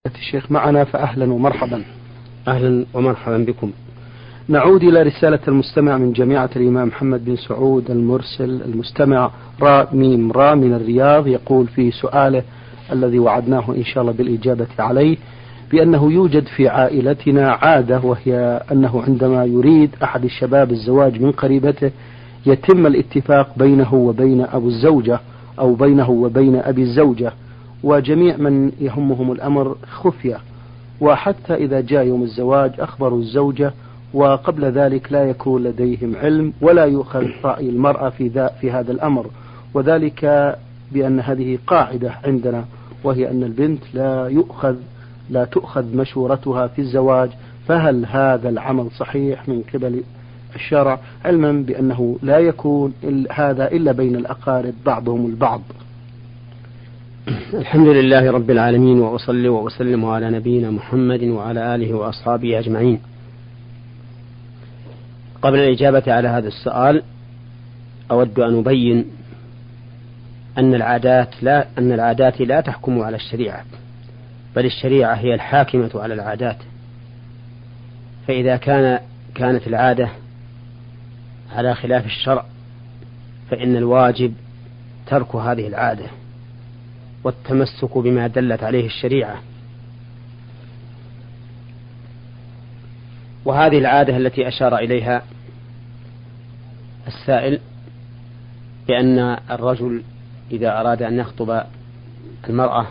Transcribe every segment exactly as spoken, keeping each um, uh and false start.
الشيخ معنا فأهلا ومرحبا. أهلا ومرحبا بكم. نعود إلى رسالة المستمع من جامعة الإمام محمد بن سعود المرسل. المستمع را ميم را من الرياض يقول في سؤاله الذي وعدناه إن شاء الله بالإجابة عليه بأنه يوجد في عائلتنا عادة، وهي أنه عندما يريد أحد الشباب الزواج من قريبته يتم الاتفاق بينه وبين أبو الزوجة أو بينه وبين أبي الزوجة وجميع من يهمهم الأمر خفية، وحتى إذا جاء يوم الزواج أخبروا الزوجة، وقبل ذلك لا يكون لديهم علم ولا يؤخذ رأي المرأة في, ذا في هذا الأمر، وذلك بأن هذه قاعدة عندنا، وهي أن البنت لا يؤخذ لا تؤخذ مشورتها في الزواج. فهل هذا العمل صحيح من قبل الشرع، علما بأنه لا يكون هذا إلا بين الأقارب بعضهم البعض؟ الحمد لله رب العالمين، وأصلي وأسلم على نبينا محمد وعلى آله وأصحابه أجمعين. قبل الإجابة على هذا السؤال أود أن أبين أن العادات لا أن العادات لا تحكم على الشريعة، بل الشريعة هي الحاكمة على العادات. فإذا كان كانت العادة على خلاف الشرع فإن الواجب ترك هذه العادة والتمسك بما دلت عليه الشريعة. وهذه العادة التي أشار إليها السائل بأن الرجل إذا أراد أن يخطب المرأة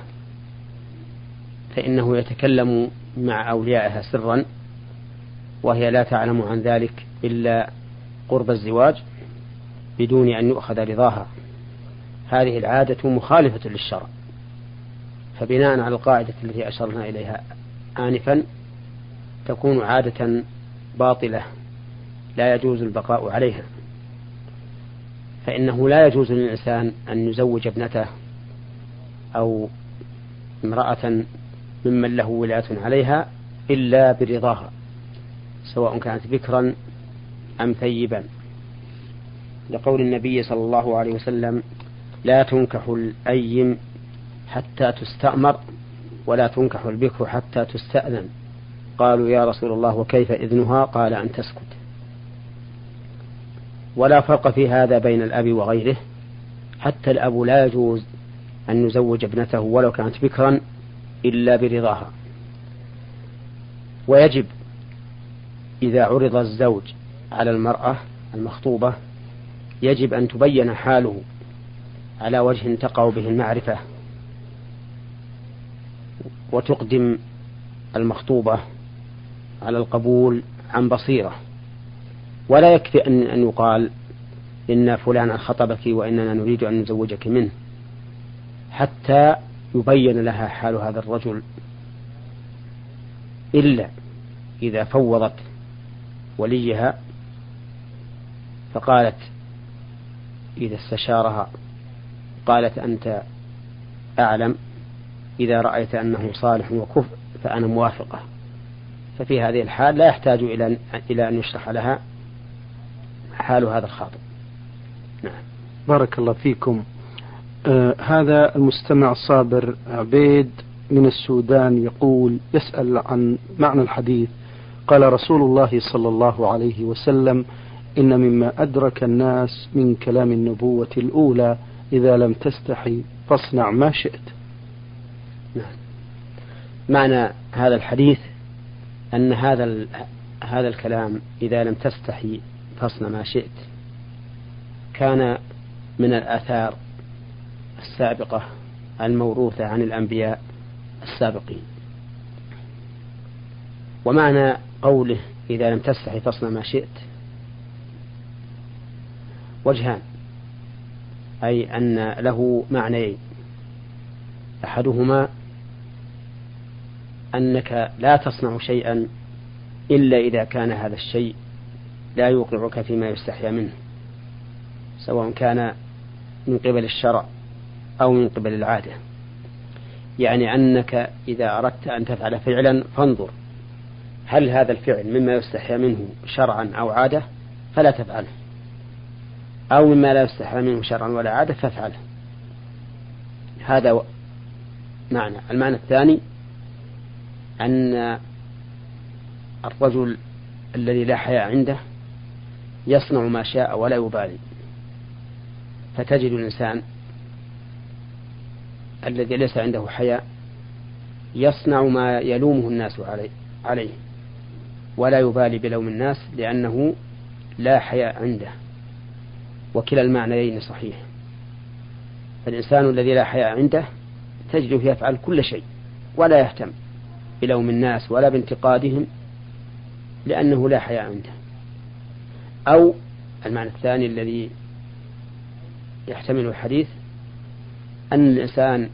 فإنه يتكلم مع أوليائها سرا، وهي لا تعلم عن ذلك إلا قرب الزواج بدون أن يؤخذ رضاها. هذه العادة مخالفة للشرع، فبناء على القاعدة التي أشرنا إليها آنفا تكون عادة باطلة لا يجوز البقاء عليها. فإنه لا يجوز للإنسان أن يزوج ابنته أو امرأة ممن له ولاية عليها إلا برضاها، سواء كانت بكرا أم ثيبا، لقول النبي صلى الله عليه وسلم: لا تنكح الأيم حتى تستأمر ولا تنكح البكر حتى تستأذن. قالوا: يا رسول الله وكيف إذنها؟ قال: أن تسكت. ولا فرق في هذا بين الأب وغيره، حتى الأب لا يجوز أن يزوج ابنته ولو كانت بكرا إلا برضاها. ويجب إذا عرض الزوج على المرأة المخطوبة يجب أن تبين حاله على وجه تقع به المعرفة، وتقدم المخطوبة على القبول عن بصيرة، ولا يكفي أن أن يقال إن فلانا خطبك وإننا نريد أن نزوجك منه، حتى يبين لها حال هذا الرجل، إلا إذا فوضت وليها فقالت إذا استشارها قالت: أنت أعلم، إذا رأيت أنه صالح وكفء فأنا موافقة. ففي هذه الحال لا يحتاج إلى إلى أن يشرح لها حال هذا الخاطب. نعم. بارك الله فيكم. آه هذا المستمع الصابر عبيد من السودان يقول يسأل عن معنى الحديث. قال رسول الله صلى الله عليه وسلم: إن مما أدرك الناس من كلام النبوة الأولى: إذا لم تستحي فاصنع ما شئت. نعم. معنى هذا الحديث أن هذا هذا الكلام إذا لم تستحي فاصنع ما شئت كان من الآثار السابقة الموروثة عن الأنبياء السابقين. ومعنى قوله إذا لم تستحي فاصنع ما شئت وجهان، أي أن له معنيين: أحدهما أنك لا تصنع شيئا إلا إذا كان هذا الشيء لا يوقعك فيما يستحيا منه، سواء كان من قبل الشرع أو من قبل العادة. يعني أنك إذا أردت أن تفعل فعلا فانظر هل هذا الفعل مما يستحيا منه شرعا أو عادة فلا تفعله، أو مما لا يستحيا منه شرعا ولا عادة فافعله. هذا معنى. المعنى الثاني أن الرجل الذي لا حياء عنده يصنع ما شاء ولا يبالي، فتجد الإنسان الذي ليس عنده حياء يصنع ما يلومه الناس عليه ولا يبالي بلوم الناس لأنه لا حياء عنده، وكلا المعنيين صحيح. فالإنسان الذي لا حياء عنده تجده يفعل كل شيء ولا يهتم بلوم الناس ولا بانتقادهم لأنه لا حياء عنده. أو المعنى الثاني الذي يحتمل الحديث أن الإنسان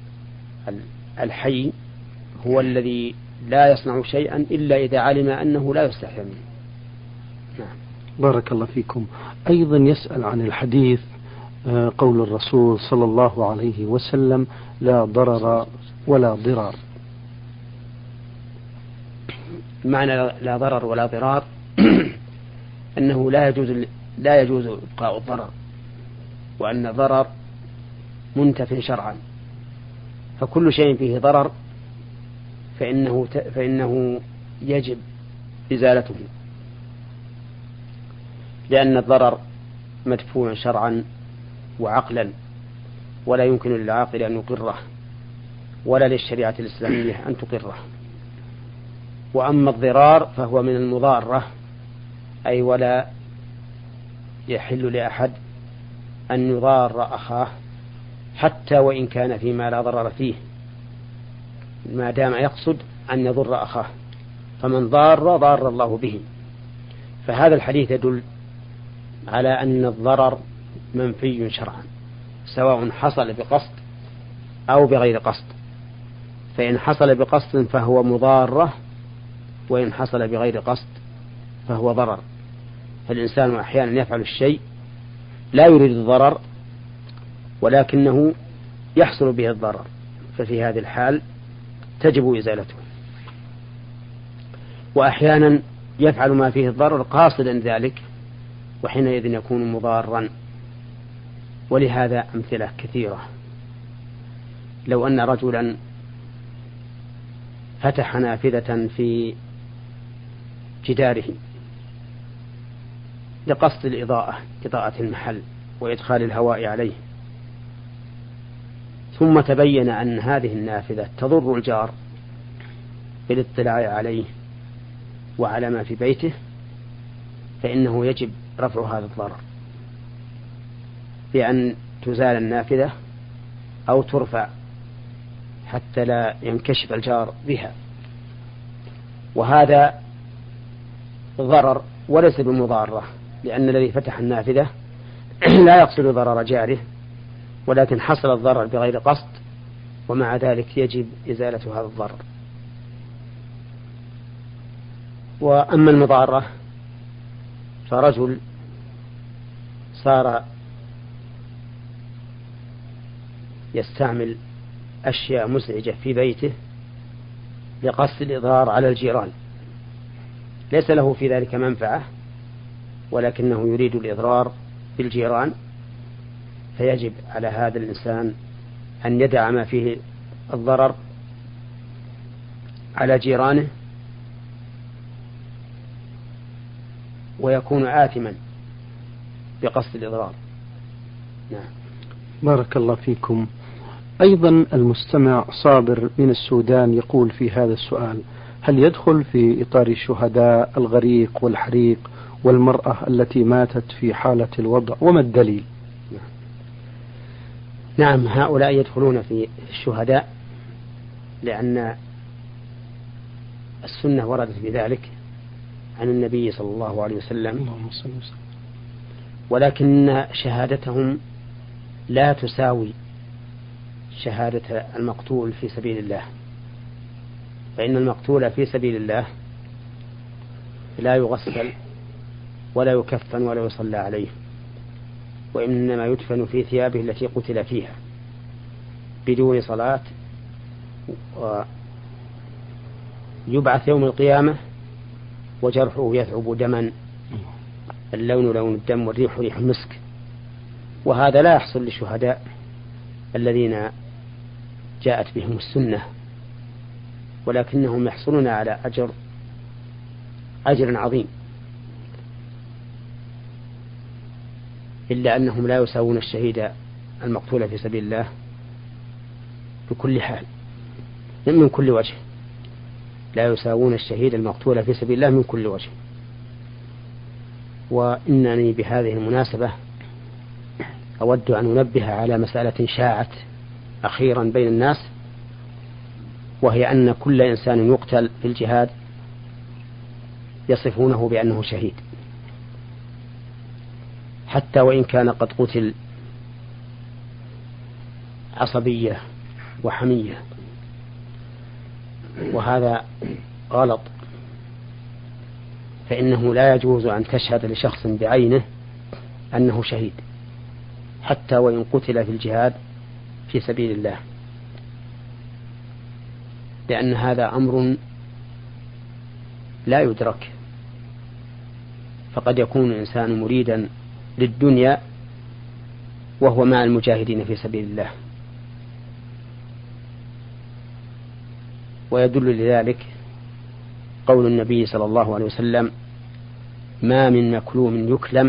الحي هو الذي لا يصنع شيئا إلا إذا علم أنه لا يستحي منه. نعم. بارك الله فيكم. أيضا يسأل عن الحديث قول الرسول صلى الله عليه وسلم لا ضرر ولا ضرار. معنى لا ضرر ولا ضرار أنه لا يجوز لا يجوز إبقاء الضرر، وأن الضرر منتف شرعا، فكل شيء فيه ضرر فإنه فإنه يجب إزالته، لأن الضرر مدفوع شرعا وعقلا، ولا يمكن للعاقل أن يقره ولا للشريعة الإسلامية أن تقره. وأما الضرار فهو من المضارة، أي ولا يحل لأحد أن يضار أخاه حتى وإن كان فيما لا ضرر فيه، ما دام يقصد أن يضر أخاه، فمن ضار ضار الله به. فهذا الحديث يدل على أن الضرر منفي شرعا سواء حصل بقصد أو بغير قصد، فإن حصل بقصد فهو مضارة، وإن حصل بغير قصد فهو ضرر. فالإنسان أحيانا يفعل الشيء لا يريد الضرر ولكنه يحصل به الضرر، ففي هذه الحال تجب إزالته. وأحيانا يفعل ما فيه الضرر قاصدا ذلك، وحينئذ يكون مضارا. ولهذا أمثلة كثيرة. لو أن رجلا فتح نافذة في جداره لقصد الإضاءة إضاءة المحل وإدخال الهواء عليه، ثم تبين أن هذه النافذة تضر الجار بالاطلاع عليه وعلى ما في بيته، فإنه يجب رفع هذا الضرر بأن تزال النافذة أو ترفع حتى لا ينكشف الجار بها. وهذا ضرر وليس بمضارة، لأن الذي فتح النافذة لا يقصد ضرر جاره، ولكن حصل الضرر بغير قصد، ومع ذلك يجب إزالة هذا الضرر. وأما المضارة فرجل صار يستعمل أشياء مزعجة في بيته لقصد الإضرار على الجيران، ليس له في ذلك منفعة ولكنه يريد الإضرار بالجيران، فيجب على هذا الإنسان أن يدع ما فيه الضرر على جيرانه ويكون آثما بقصد الإضرار. نعم. بارك الله فيكم. أيضا المستمع صابر من السودان يقول في هذا السؤال: هل يدخل في إطار الشهداء الغريق والحريق والمرأة التي ماتت في حالة الوضع، وما الدليل؟ نعم، هؤلاء يدخلون في الشهداء لأن السنة وردت بذلك عن النبي صلى الله عليه وسلم، ولكن شهادتهم لا تساوي شهادة المقتول في سبيل الله، فإن المقتول في سبيل الله لا يغسل ولا يكفن ولا يصلى عليه، وإنما يدفن في ثيابه التي قتل فيها بدون صلاة، ويبعث يوم القيامة وجرحه يثعب دما، اللون لون الدم والريح ريح المسك. وهذا لا يحصل للشهداء الذين جاءت بهم السنة ولكنهم يحصلون على أجر أجر عظيم، إلا أنهم لا يساوون الشهيد المقتول في سبيل الله بكل حال من كل وجه، لا يساوون الشهيد المقتول في سبيل الله من كل وجه. وإنني بهذه المناسبة أود أن أنبه على مسألة شاعت أخيرا بين الناس، وهي أن كل إنسان يقتل في الجهاد يصفونه بأنه شهيد، حتى وإن كان قد قتل عصبية وحمية، وهذا غلط. فإنه لا يجوز أن تشهد لشخص بعينه أنه شهيد حتى وإن قتل في الجهاد في سبيل الله، لأن هذا أمر لا يدرك. فقد يكون الإنسان مريدا للدنيا وهو مع المجاهدين في سبيل الله. ويدل لذلك قول النبي صلى الله عليه وسلم: ما من مكلوم يكلم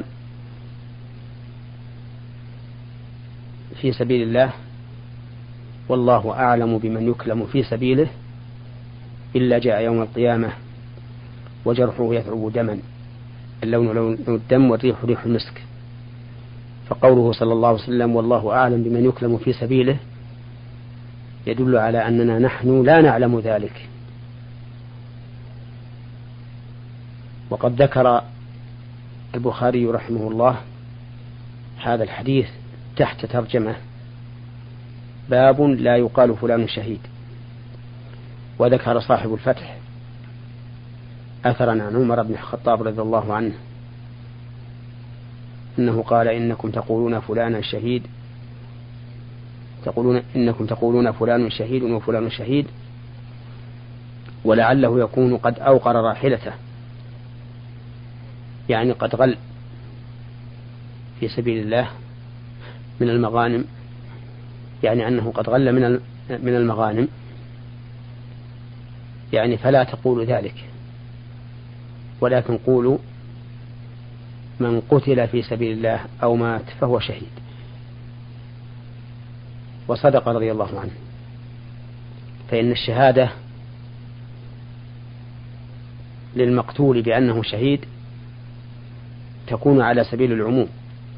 في سبيل الله والله أعلم بمن يكلم في سبيله إلا جاء يوم القيامة وجرحه يثعب دما، اللون لون الدم والريح ريح المسك. فقوله صلى الله عليه وسلم والله أعلم بمن يكلم في سبيله يدل على أننا نحن لا نعلم ذلك. وقد ذكر البخاري رحمه الله هذا الحديث تحت ترجمة: باب لا يقال فلان شهيد. وذكر صاحب الفتح أثرا عن عمر بن الخطاب رضي الله عنه أنه قال: إنكم تقولون فلانا شهيد تقولون إنكم تقولون فلان شهيد وفلان شهيد، ولعله يكون قد أوقر راحلته، يعني قد غل في سبيل الله من المغانم، يعني أنه قد غل من من المغانم، يعني فلا تقولوا ذلك، ولكن قولوا من قتل في سبيل الله أو مات فهو شهيد. وصدق رضي الله عنه. فإن الشهادة للمقتول بأنه شهيد تكون على سبيل العموم،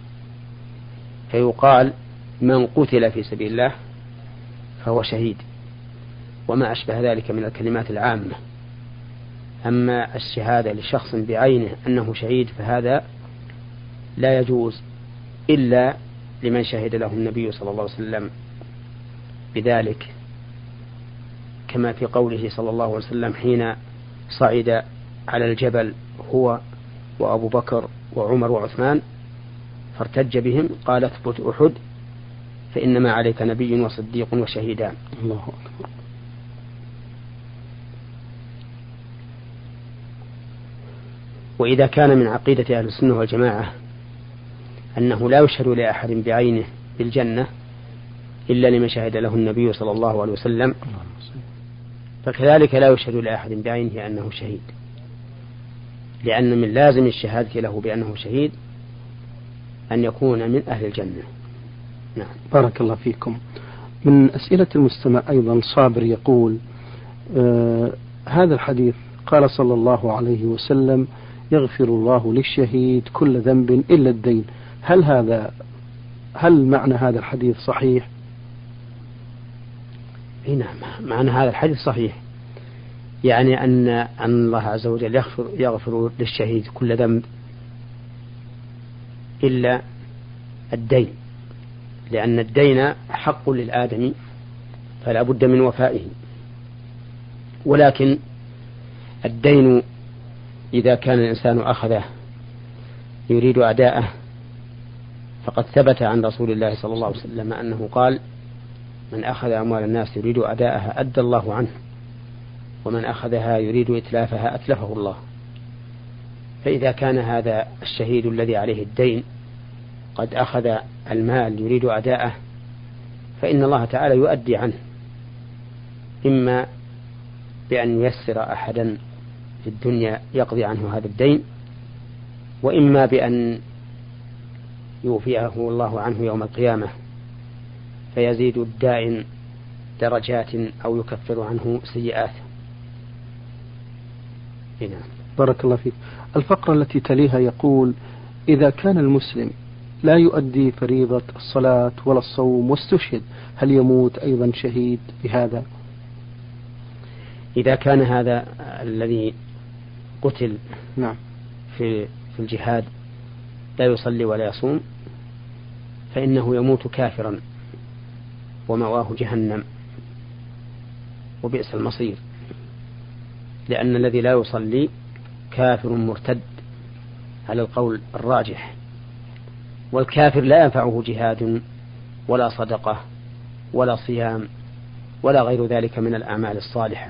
فيقال من قتل في سبيل الله فهو شهيد وما أشبه ذلك من الكلمات العامة. أما الشهادة لشخص بعينه أنه شهيد فهذا لا يجوز إلا لمن شهد له النبي صلى الله عليه وسلم بذلك، كما في قوله صلى الله عليه وسلم حين صعد على الجبل هو وأبو بكر وعمر وعثمان فارتج بهم قال: اثبت أحد فإنما عليك نبي وصديق وشهيدان. الله أكبر. وإذا كان من عقيدة أهل السنة والجماعة أنه لا يشهد لأحد بعينه بالجنة إلا لمن شهد له النبي صلى الله عليه وسلم، فكذلك لا يشهد لأحد بعينه أنه شهيد، لأن من لازم الشهادة له بأنه شهيد أن يكون من أهل الجنة. نعم. بارك الله فيكم. من أسئلة المستمع أيضا صابر يقول: آه هذا الحديث قال صلى الله عليه وسلم: يغفر الله للشهيد كل ذنب إلا الدين، هل هذا هل معنى هذا الحديث صحيح؟ نعم، معنى هذا الحديث صحيح، يعني أن أن الله عز وجل يغفر, يغفر للشهيد كل ذنب إلا الدين، لأن الدين حق للآدمي فلا بد من وفائه. ولكن الدين إذا كان الإنسان أخذه يريد أداءه فقد ثبت عن رسول الله صلى الله عليه وسلم أنه قال: من أخذ أموال الناس يريد أداءها أدى الله عنه، ومن أخذها يريد إتلافها أتلفه الله. فإذا كان هذا الشهيد الذي عليه الدين قد أخذ المال يريد أداءه فإن الله تعالى يؤدي عنه، إما بأن ييسر أحدا في الدنيا يقضي عنه هذا الدين، وإما بأن يوفيه الله عنه يوم القيامة فيزيد الدائن درجات أو يكفر عنه سيئات. هنا. بارك الله فيك. الفقرة التي تليها يقول: إذا كان المسلم لا يؤدي فريضة الصلاة ولا الصوم واستشهد، هل يموت أيضا شهيد بهذا؟ إذا كان هذا الذي قتل نعم. في في الجهاد لا يصلي ولا يصوم فإنه يموت كافرا ومأواه جهنم وبئس المصير، لأن الذي لا يصلي كافر مرتد على القول الراجح، والكافر لا ينفعه جهاد ولا صدقة ولا صيام ولا غير ذلك من الأعمال الصالحة،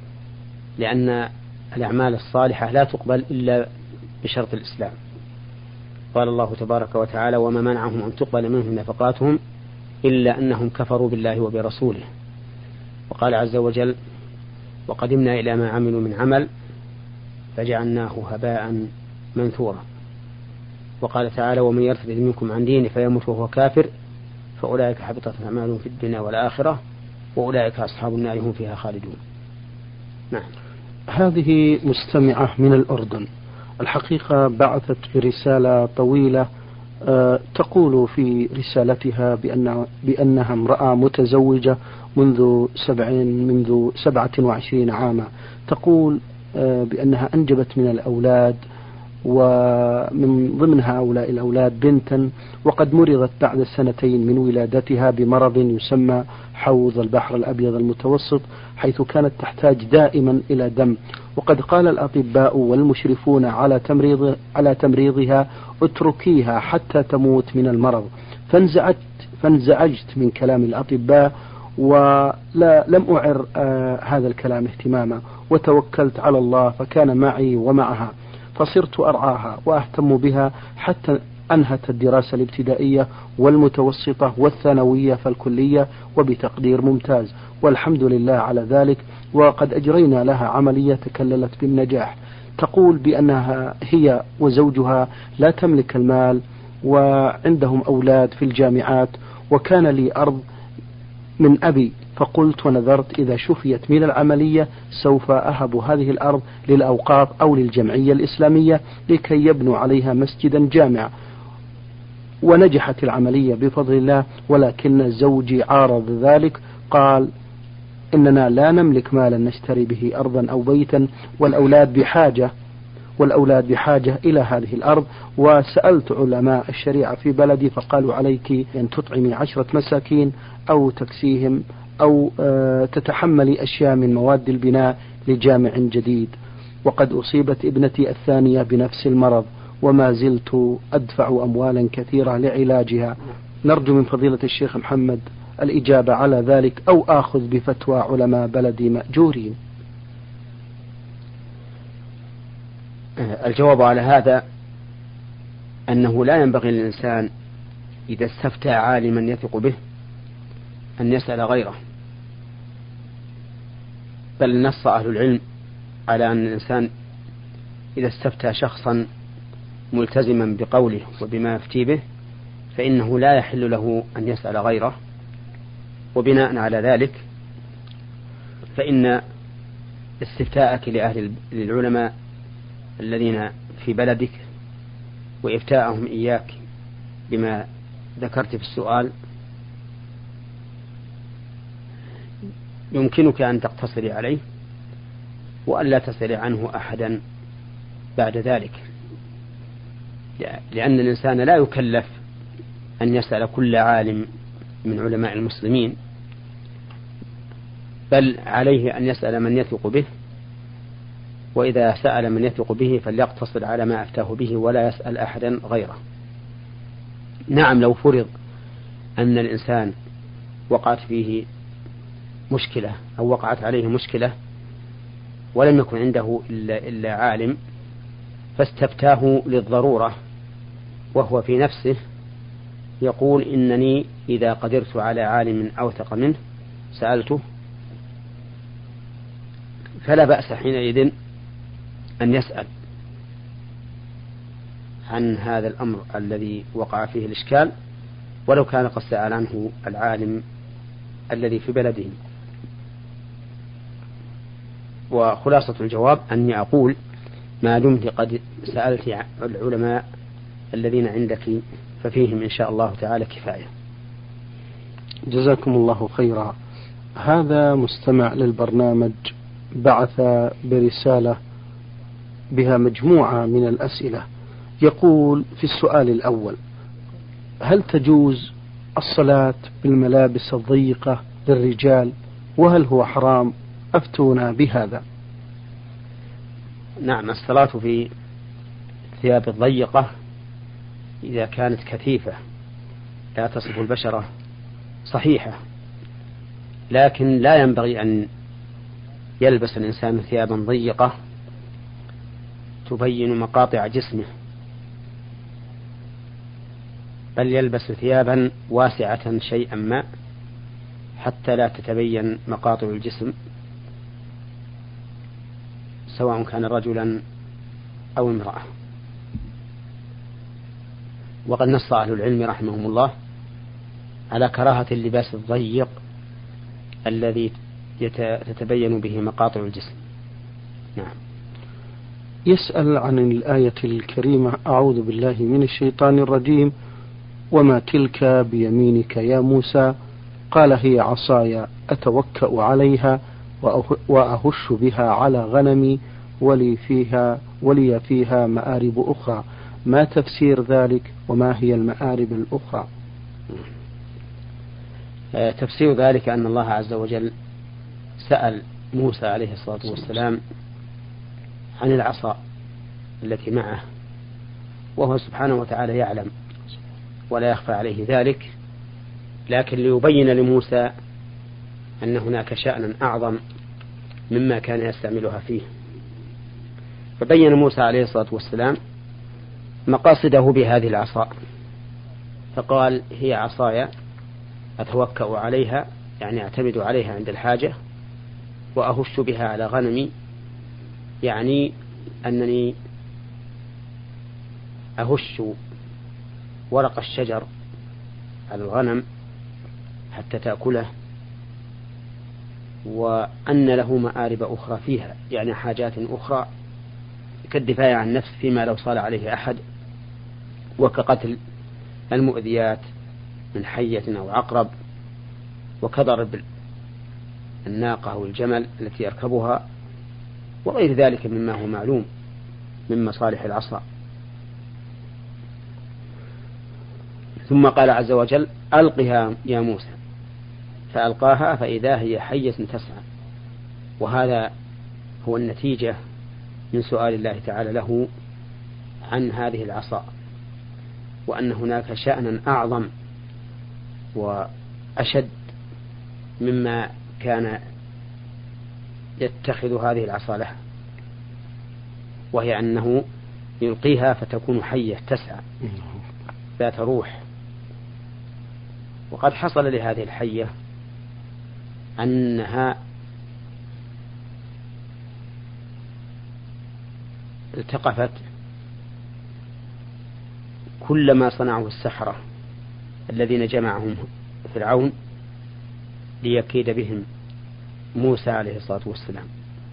لأن الأعمال الصالحة لا تقبل إلا بشرط الإسلام. قال الله تبارك وتعالى: وما منعهم أن تقبل منهم نفقاتهم إلا أنهم كفروا بالله وبرسوله. وقال عز وجل: وقدمنا إلى ما عملوا من عمل فجعلناه هباء منثورا. وقال تعالى: ومن يرتد منكم عن دينه فيموت وهو كافر فأولئك حبطت أعمالهم في الدنيا والآخرة وأولئك أصحاب النار هم فيها خالدون. نعم. هذه مستمعة من الأردن، الحقيقة بعثت برسالة طويلة أه تقول في رسالتها بأن بأنها امرأة متزوجة منذ سبع منذ سبعة وعشرين عاما. تقول أه بأنها أنجبت من الأولاد، ومن ضمن هؤلاء الأولاد بنتا، وقد مرضت بعد سنتين من ولادتها بمرض يسمى حوض البحر الأبيض المتوسط، حيث كانت تحتاج دائما إلى دم. وقد قال الأطباء والمشرفون على تمريض على تمريضها: اتركيها حتى تموت من المرض. فانزعجت فانزعجت من كلام الأطباء، ولا لم أعر آه هذا الكلام اهتماما، وتوكلت على الله فكان معي ومعها، فصرت أرعاها وأهتم بها حتى أنهت الدراسة الابتدائية والمتوسطة والثانوية فالكلية وبتقدير ممتاز، والحمد لله على ذلك. وقد أجرينا لها عملية تكللت بالنجاح. تقول بأنها هي وزوجها لا تملك المال، وعندهم أولاد في الجامعات، وكان لي أرض من أبي، فقلت ونذرت إذا شفيت من العملية سوف أهب هذه الأرض للأوقاف أو للجمعية الإسلامية لكي يبنوا عليها مسجدا جامعا. ونجحت العملية بفضل الله، ولكن زوجي عارض ذلك، قال: إننا لا نملك مالا نشتري به أرضا أو بيتا، والأولاد بحاجة والأولاد بحاجة إلى هذه الأرض. وسألت علماء الشريعة في بلدي فقالوا: عليك أن تطعمي عشرة مساكين أو تكسيهم أو تتحملي أشياء من مواد البناء لجامع جديد. وقد أصيبت ابنتي الثانية بنفس المرض، وما زلت أدفع أموالا كثيرة لعلاجها. نرجو من فضيلة الشيخ محمد الإجابة على ذلك، أو آخذ بفتوى علماء بلدي مأجورين. الجواب على هذا أنه لا ينبغي للإنسان إذا استفتى عالما يثق به أن يسأل غيره، بل نص أهل العلم على أن الإنسان إذا استفتى شخصا ملتزما بقوله وبما يفتي به فإنه لا يحل له أن يسأل غيره. وبناء على ذلك فإن استفتاءك لأهل العلماء الذين في بلدك وإفتاءهم إياك بما ذكرت في السؤال يمكنك أن تقتصري عليه وألا تسألي عنه أحدا بعد ذلك، لأن الإنسان لا يكلف أن يسأل كل عالم من علماء المسلمين، بل عليه أن يسأل من يثق به، وإذا سأل من يثق به فليقتصر على ما أفتاه به ولا يسأل أحدا غيره. نعم، لو فرض أن الإنسان وقعت فيه مشكلة أو وقعت عليه مشكلة ولم يكن عنده إلا, إلا عالم فاستفتاه للضرورة، وهو في نفسه يقول: إنني إذا قدرت على عالم أوثق منه سألته، فلا بأس حينئذ أن يسأل عن هذا الأمر الذي وقع فيه الإشكال، ولو كان قد سأل عنه العالم الذي في بلده. وخلاصة الجواب أني أقول ما دمت قد سألت العلماء الذين عندك ففيهم إن شاء الله تعالى كفاية. جزاكم الله خيرا. هذا مستمع للبرنامج بعث برسالة بها مجموعة من الأسئلة، يقول في السؤال الأول: هل تجوز الصلاة بالملابس الضيقة للرجال، وهل هو حرام؟ أفتونا بهذا. نعم، الصلاة في الثياب الضيقة إذا كانت كثيفة لا تصف البشرة صحيحة، لكن لا ينبغي أن يلبس الإنسان ثيابا ضيقة تبين مقاطع جسمه، بل يلبس ثيابا واسعة شيئا ما حتى لا تتبين مقاطع الجسم، سواء كان رجلا أو امرأة. وقد نص أهل العلم رحمهم الله على كراهة اللباس الضيق الذي تتبين به مقاطع الجسم. نعم. يسأل عن الآية الكريمة: أعوذ بالله من الشيطان الرجيم، وما تلك بيمينك يا موسى، قال هي عصاي أتوكأ عليها وأهش بها على غنمي ولي فيها ولي فيها مآرب أخرى، ما تفسير ذلك وما هي المآرب الأخرى؟ تفسير ذلك أن الله عز وجل سأل موسى عليه الصلاة والسلام عن العصا التي معه، وهو سبحانه وتعالى يعلم ولا يخفى عليه ذلك، لكن ليبين لموسى أن هناك شأنا أعظم مما كان يستعملها فيه. فبين موسى عليه الصلاة والسلام مقاصده بهذه العصا، فقال هي عصاي أتوكأ عليها، يعني أعتمد عليها عند الحاجة، وأهش بها على غنمي، يعني أنني أهش ورق الشجر على الغنم حتى تأكله، وأن له مآرب أخرى فيها، يعني حاجات أخرى كالدفاع عن النفس فيما لو صال عليه أحد، وكقتل المؤذيات من حية أو عقرب، وكضرب الناقة أو الجمل التي يركبها، وغير ذلك مما هو معلوم من مصالح العصا. ثم قال عز وجل: ألقها يا موسى، فألقاها فإذا هي حية تسعى. وهذا هو النتيجة من سؤال الله تعالى له عن هذه العصا، وأن هناك شأنا أعظم وأشد مما كان يتخذ هذه العصا لها، وهي أنه يلقيها فتكون حية تسعى ذات روح. وقد حصل لهذه الحية أنها التقفت كل ما صنعه السحرة الذين جمعهم فرعون ليكيد بهم موسى عليه الصلاة والسلام.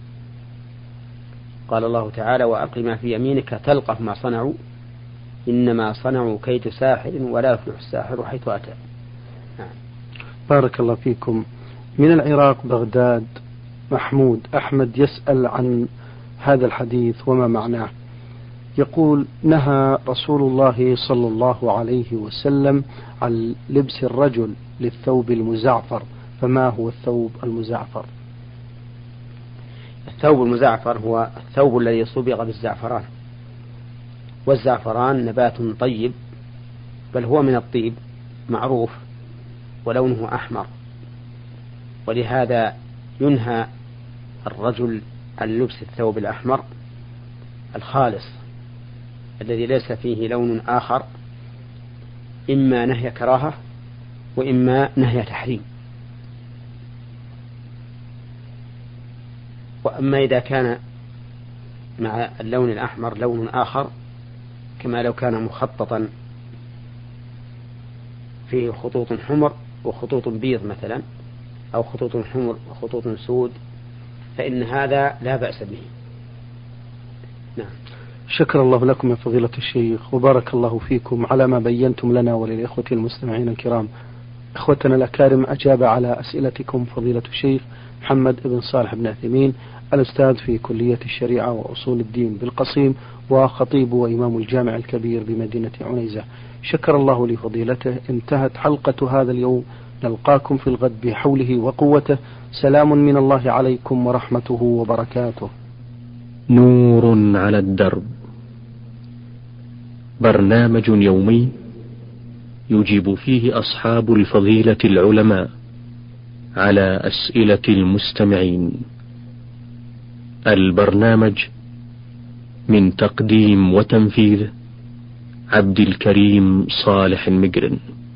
قال الله تعالى: وألق ما في يمينك تلقف ما صنعوا إنما صنعوا كيد ساحر ولا يفلح الساحر حيث أتى. نعم. بارك الله فيكم. من العراق بغداد محمود أحمد يسأل عن هذا الحديث وما معناه. يقول: نهى رسول الله صلى الله عليه وسلم عن لبس الرجل للثوب المزعفر، فما هو الثوب المزعفر؟ الثوب المزعفر هو الثوب الذي صبغ بالزعفران، والزعفران نبات طيب، بل هو من الطيب معروف، ولونه أحمر، ولهذا ينهى الرجل عن لبس الثوب الأحمر الخالص الذي ليس فيه لون آخر، إما نهي كراهة وإما نهي تحريم. وأما إذا كان مع اللون الأحمر لون آخر كما لو كان مخططا فيه خطوط حمر وخطوط بيض مثلا، أو خطوط حمر وخطوط سود، فإن هذا لا بأس به. نعم. شكر الله لكم يا فضيلة الشيخ، وبارك الله فيكم على ما بينتم لنا وللإخوة المستمعين الكرام. إخوتنا الأكارم، أجاب على أسئلتكم فضيلة الشيخ محمد بن صالح بن عثيمين، الأستاذ في كلية الشريعة وأصول الدين بالقصيم، وخطيب وإمام الجامع الكبير بمدينة عنيزة. شكر الله لفضيلته. انتهت حلقة هذا اليوم، نلقاكم في الغد بحوله وقوته. سلام من الله عليكم ورحمته وبركاته. نور على الدرب، برنامج يومي يجيب فيه أصحاب الفضيلة العلماء على أسئلة المستمعين. البرنامج من تقديم وتنفيذ عبد الكريم صالح المقرن.